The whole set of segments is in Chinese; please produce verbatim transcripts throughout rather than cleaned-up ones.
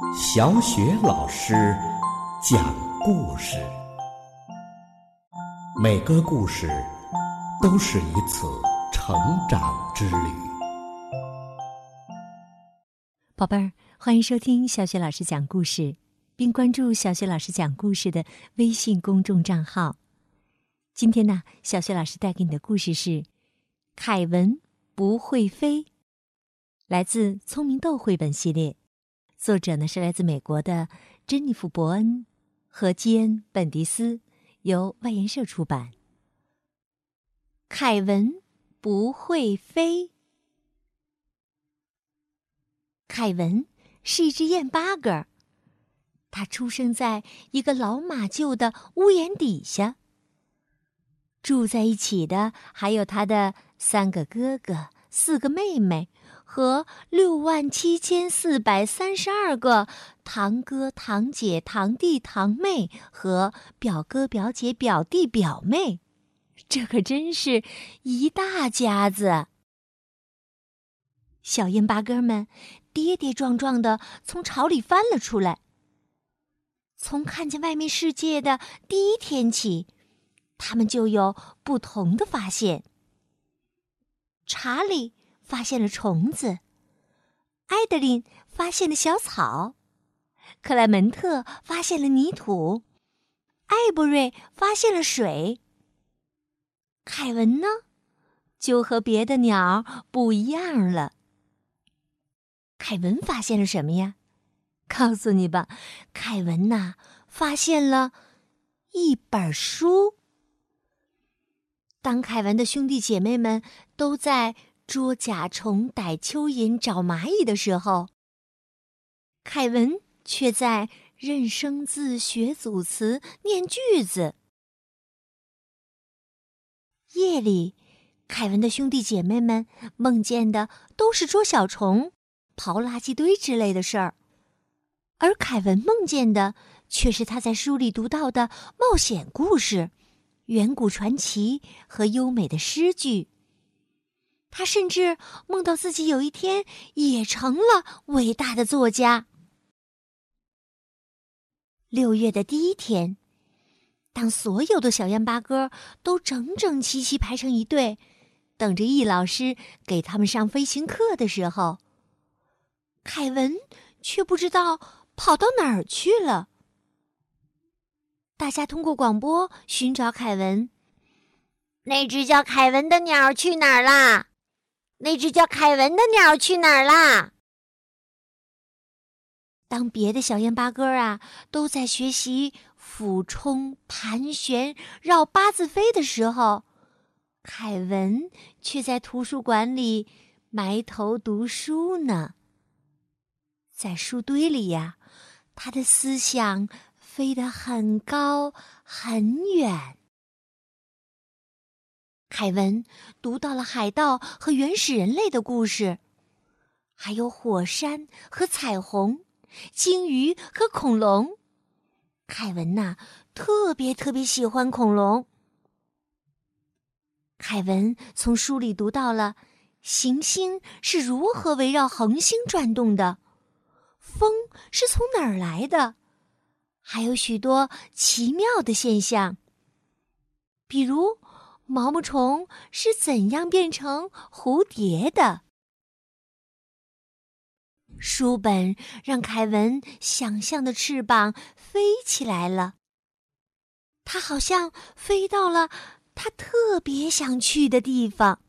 小雪老师讲故事，每个故事都是一次成长之旅。 宝贝儿，欢迎收听小雪老师讲故事，并关注小雪老师讲故事的微信公众账号。今天呢，小雪老师带给你的故事是凯文不会飞，来自聪明豆绘本系列，作者呢是来自美国的珍妮弗·伯恩和基恩·本迪斯，由外研社出版。凯文不会飞。凯文是一只燕八哥，他出生在一个老马厩的屋檐底下。住在一起的还有他的三个哥哥、四个妹妹和六万七千四百三十二个堂哥、堂姐、堂弟、堂妹和表哥、表姐、表弟、表妹，这可真是一大家子。小燕八哥们跌跌撞撞地从巢里翻了出来。从看见外面世界的第一天起，他们就有不同的发现。查理发现了虫子，艾德琳发现了小草，克莱门特发现了泥土，艾伯瑞发现了水。凯文呢，就和别的鸟不一样了。凯文发现了什么呀？告诉你吧，凯文呐，发现了一本书。当凯文的兄弟姐妹们都在捉甲虫、逮蚯蚓、找蚂蚁的时候，凯文却在认生字、学组词、念句子。夜里，凯文的兄弟姐妹们梦见的都是捉小虫、刨垃圾堆之类的事儿，而凯文梦见的却是他在书里读到的冒险故事、远古传奇和优美的诗句。他甚至梦到自己有一天也成了伟大的作家。六月的第一天，当所有的小燕八哥都整整齐齐排成一队，等着易老师给他们上飞行课的时候，凯文却不知道跑到哪儿去了。大家通过广播寻找凯文。那只叫凯文的鸟去哪儿啦？那只叫凯文的鸟去哪儿啦？当别的小燕八哥啊都在学习俯冲、盘旋、绕八字飞的时候，凯文却在图书馆里埋头读书呢。在书堆里呀，他的思想飞得很高很远。凯文读到了海盗和原始人类的故事，还有火山和彩虹、鲸鱼和恐龙。凯文呐、啊，特别特别喜欢恐龙。凯文从书里读到了行星是如何围绕恒星转动的，风是从哪儿来的，还有许多奇妙的现象，比如毛毛虫是怎样变成蝴蝶的。书本让凯文想象的翅膀飞起来了，他好像飞到了他特别想去的地方。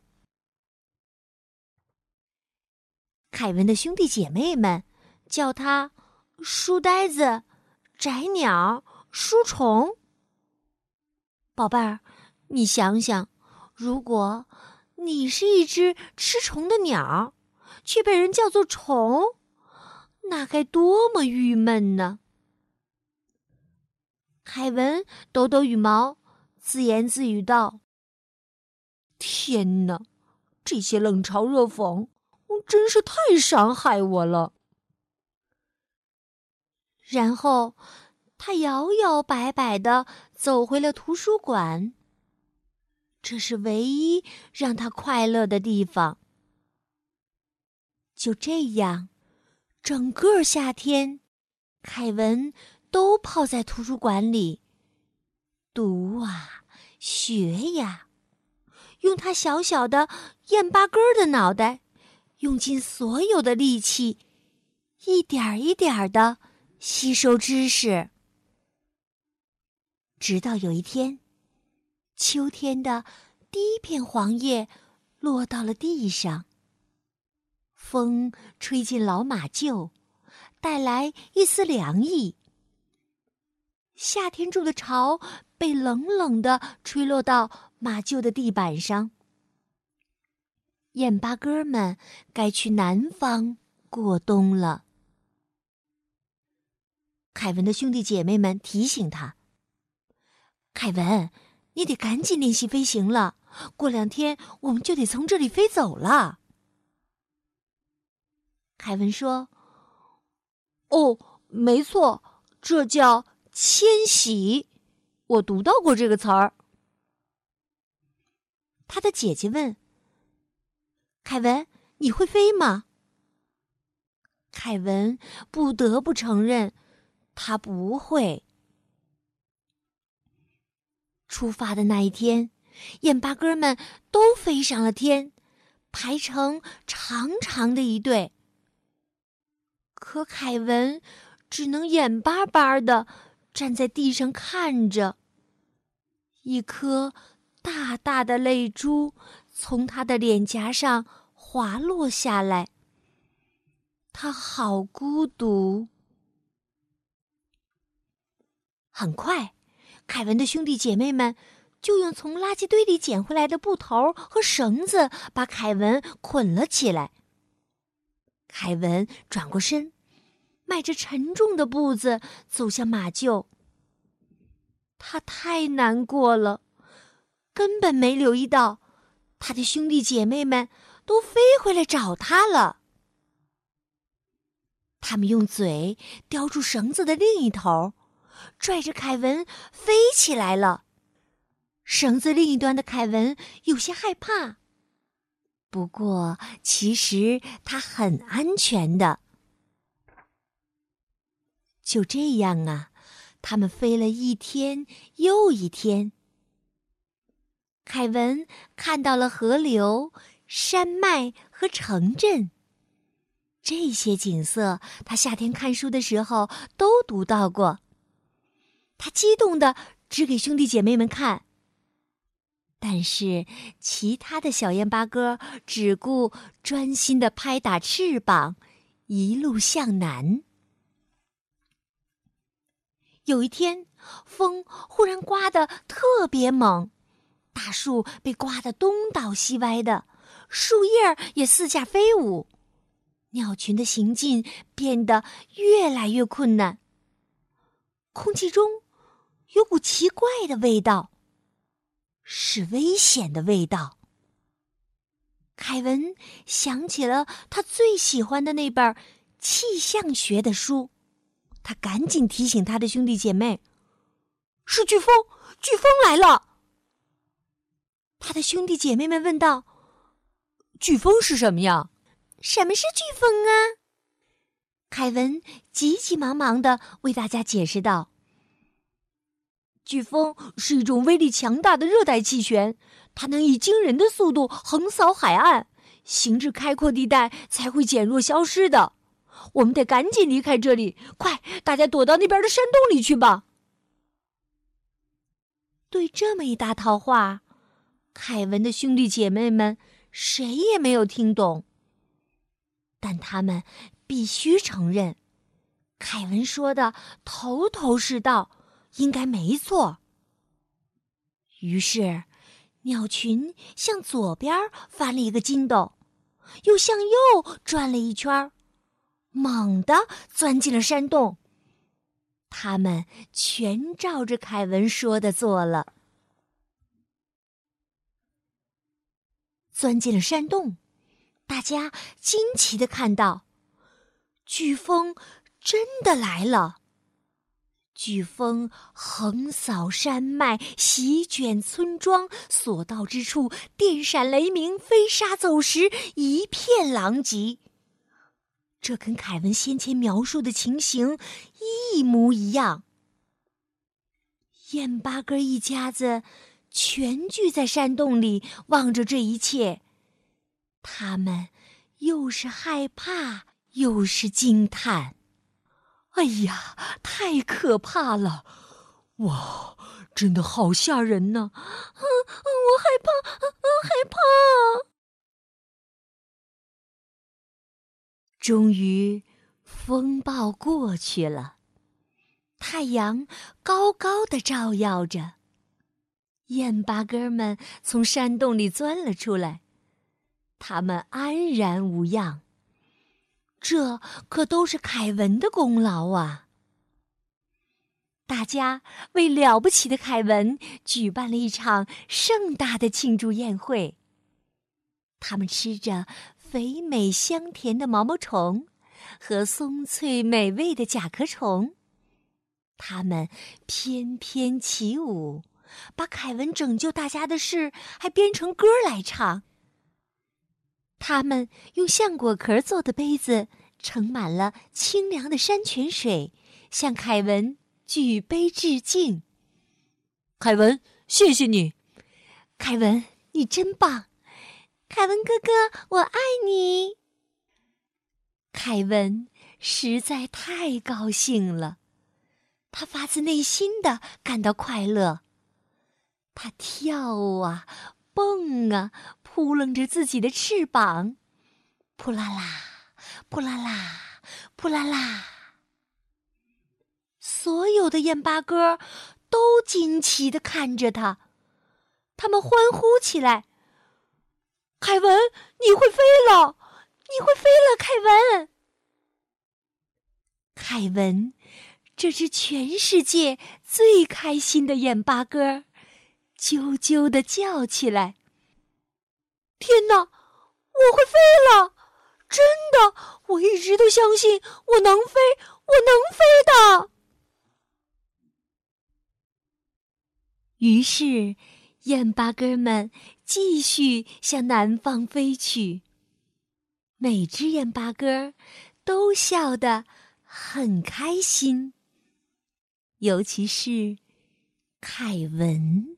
凯文的兄弟姐妹们叫他书呆子、宅鸟、书虫。宝贝儿，你想想，如果你是一只吃虫的鸟，却被人叫做虫，那该多么郁闷呢？凯文抖抖羽毛，自言自语道：天哪，这些冷嘲热讽真是太伤害我了。然后他摇摇摆摆地走回了图书馆，这是唯一让他快乐的地方。就这样，整个夏天凯文都泡在图书馆里，读啊，学呀，用他小小的燕八根的脑袋，用尽所有的力气，一点一点的吸收知识。直到有一天，秋天的第一片黄叶落到了地上，风吹进老马厩，带来一丝凉意。夏天筑的巢被冷冷地吹落到马厩的地板上。燕八哥们该去南方过冬了。凯文的兄弟姐妹们提醒他：凯文，你得赶紧练习飞行了，过两天我们就得从这里飞走了。凯文说：哦，没错，这叫迁徙，我读到过这个词儿。他的姐姐问：凯文，你会飞吗？凯文不得不承认，他不会。出发的那一天，燕八哥们都飞上了天，排成长长的一队。可凯文只能眼巴巴地站在地上看着，一颗大大的泪珠从他的脸颊上滑落下来。他好孤独。很快，凯文的兄弟姐妹们就用从垃圾堆里捡回来的布头和绳子把凯文捆了起来。凯文转过身，迈着沉重的步子走向马厩。他太难过了，根本没留意到他的兄弟姐妹们都飞回来找他了。他们用嘴叼住绳子的另一头，拽着凯文飞起来了。绳子另一端的凯文有些害怕，不过其实他很安全的。就这样啊，他们飞了一天又一天。凯文看到了河流、山脉和城镇，这些景色他夏天看书的时候都读到过。他激动地指给兄弟姐妹们看，但是其他的小燕八哥只顾专心地拍打翅膀，一路向南。有一天，风忽然刮得特别猛，大树被刮得东倒西歪的，树叶也四下飞舞，鸟群的行进变得越来越困难。空气中有股奇怪的味道，是危险的味道。凯文想起了他最喜欢的那本气象学的书，他赶紧提醒他的兄弟姐妹：是飓风，飓风来了！他的兄弟姐妹们问道：飓风是什么呀？什么是飓风啊？凯文急急忙忙地为大家解释道：飓风是一种威力强大的热带气旋，它能以惊人的速度横扫海岸，行至开阔地带才会减弱消失的。我们得赶紧离开这里，快，大家躲到那边的山洞里去吧。对这么一大套话，凯文的兄弟姐妹们谁也没有听懂，但他们必须承认，凯文说的头头是道，应该没错。于是，鸟群向左边翻了一个筋斗，又向右转了一圈，猛地钻进了山洞。他们全照着凯文说的做了。钻进了山洞，大家惊奇地看到，飓风真的来了。飓风横扫山脉，席卷村庄，所到之处电闪雷鸣，飞沙走石，一片狼藉。这跟凯文先前描述的情形一模一样。燕八哥一家子全聚在山洞里，望着这一切，他们又是害怕又是惊叹。哎呀，太可怕了！哇，真的好吓人呢！啊，我害怕，啊，害怕！终于，风暴过去了，太阳高高的照耀着。燕八哥们从山洞里钻了出来，他们安然无恙。这可都是凯文的功劳啊！大家为了不起的凯文举办了一场盛大的庆祝宴会。他们吃着肥美香甜的毛毛虫和松脆美味的甲壳虫，他们翩翩起舞，把凯文拯救大家的事还编成歌来唱。他们用橡果壳做的杯子盛满了清凉的山泉水，向凯文举杯致敬。凯文，谢谢你！凯文，你真棒！凯文哥哥，我爱你！凯文实在太高兴了，他发自内心的感到快乐。他跳啊，蹦啊，扑棱着自己的翅膀，扑啦啦，扑啦啦，扑啦啦。所有的燕八哥都惊奇地看着他，他们欢呼起来：“凯文，你会飞了！你会飞了，凯文！”凯文，这只全世界最开心的燕八哥，啾啾地叫起来：“天哪，我会飞了！真的，我一直都相信我能飞，我能飞的！”于是，燕八哥们继续向南方飞去。每只燕八哥都笑得很开心，尤其是凯文。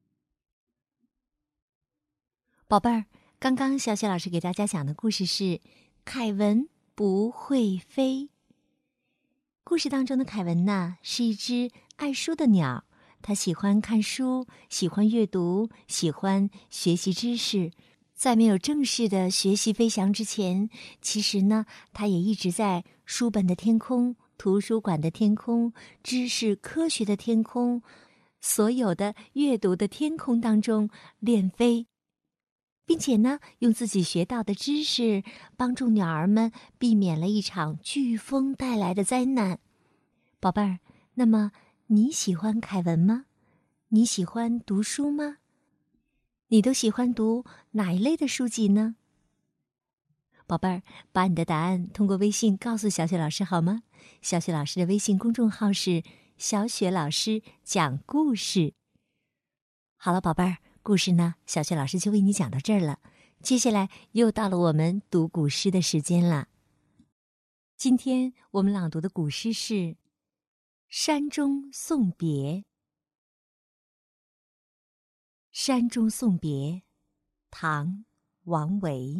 宝贝儿，刚刚小雪老师给大家讲的故事是凯文不会飞。故事当中的凯文呢，是一只爱书的鸟，他喜欢看书，喜欢阅读，喜欢学习知识。在没有正式的学习飞翔之前，其实呢，他也一直在书本的天空、图书馆的天空、知识科学的天空，所有的阅读的天空当中练飞，并且呢，用自己学到的知识帮助鸟儿们避免了一场飓风带来的灾难。宝贝儿，那么你喜欢凯文吗？你喜欢读书吗？你都喜欢读哪一类的书籍呢？宝贝儿，把你的答案通过微信告诉小雪老师好吗？小雪老师的微信公众号是小雪老师讲故事。好了，宝贝儿，故事呢，小雪老师就为你讲到这儿了。接下来又到了我们读古诗的时间了。今天我们朗读的古诗是《山中送别》。《山中送别》唐·王维。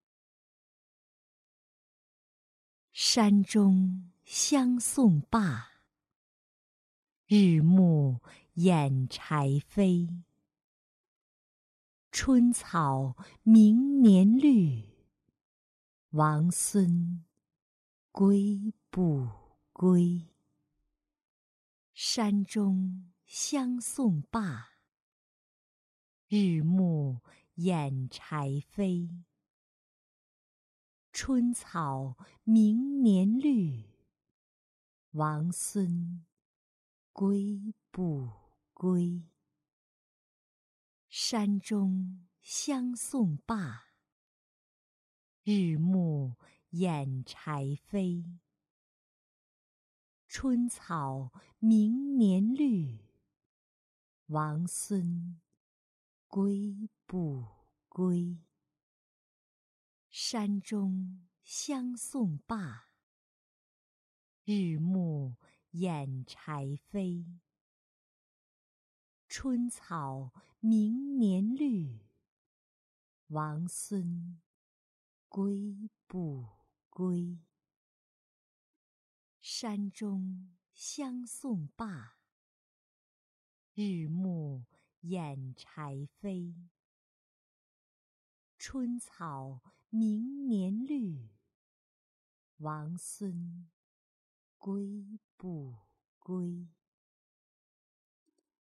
山中相送罢，日暮掩柴扉。春草明年绿，王孙归不归？山中相送罢，日暮掩柴扉。春草明年绿，王孙归不归？山中相送罢，日暮掩柴扉。春草明年绿，王孙归不归？山中相送罢，日暮掩柴扉。春草明年绿，王孙归不归？山中相送罢，日暮掩柴扉。春草明年绿，王孙归不归？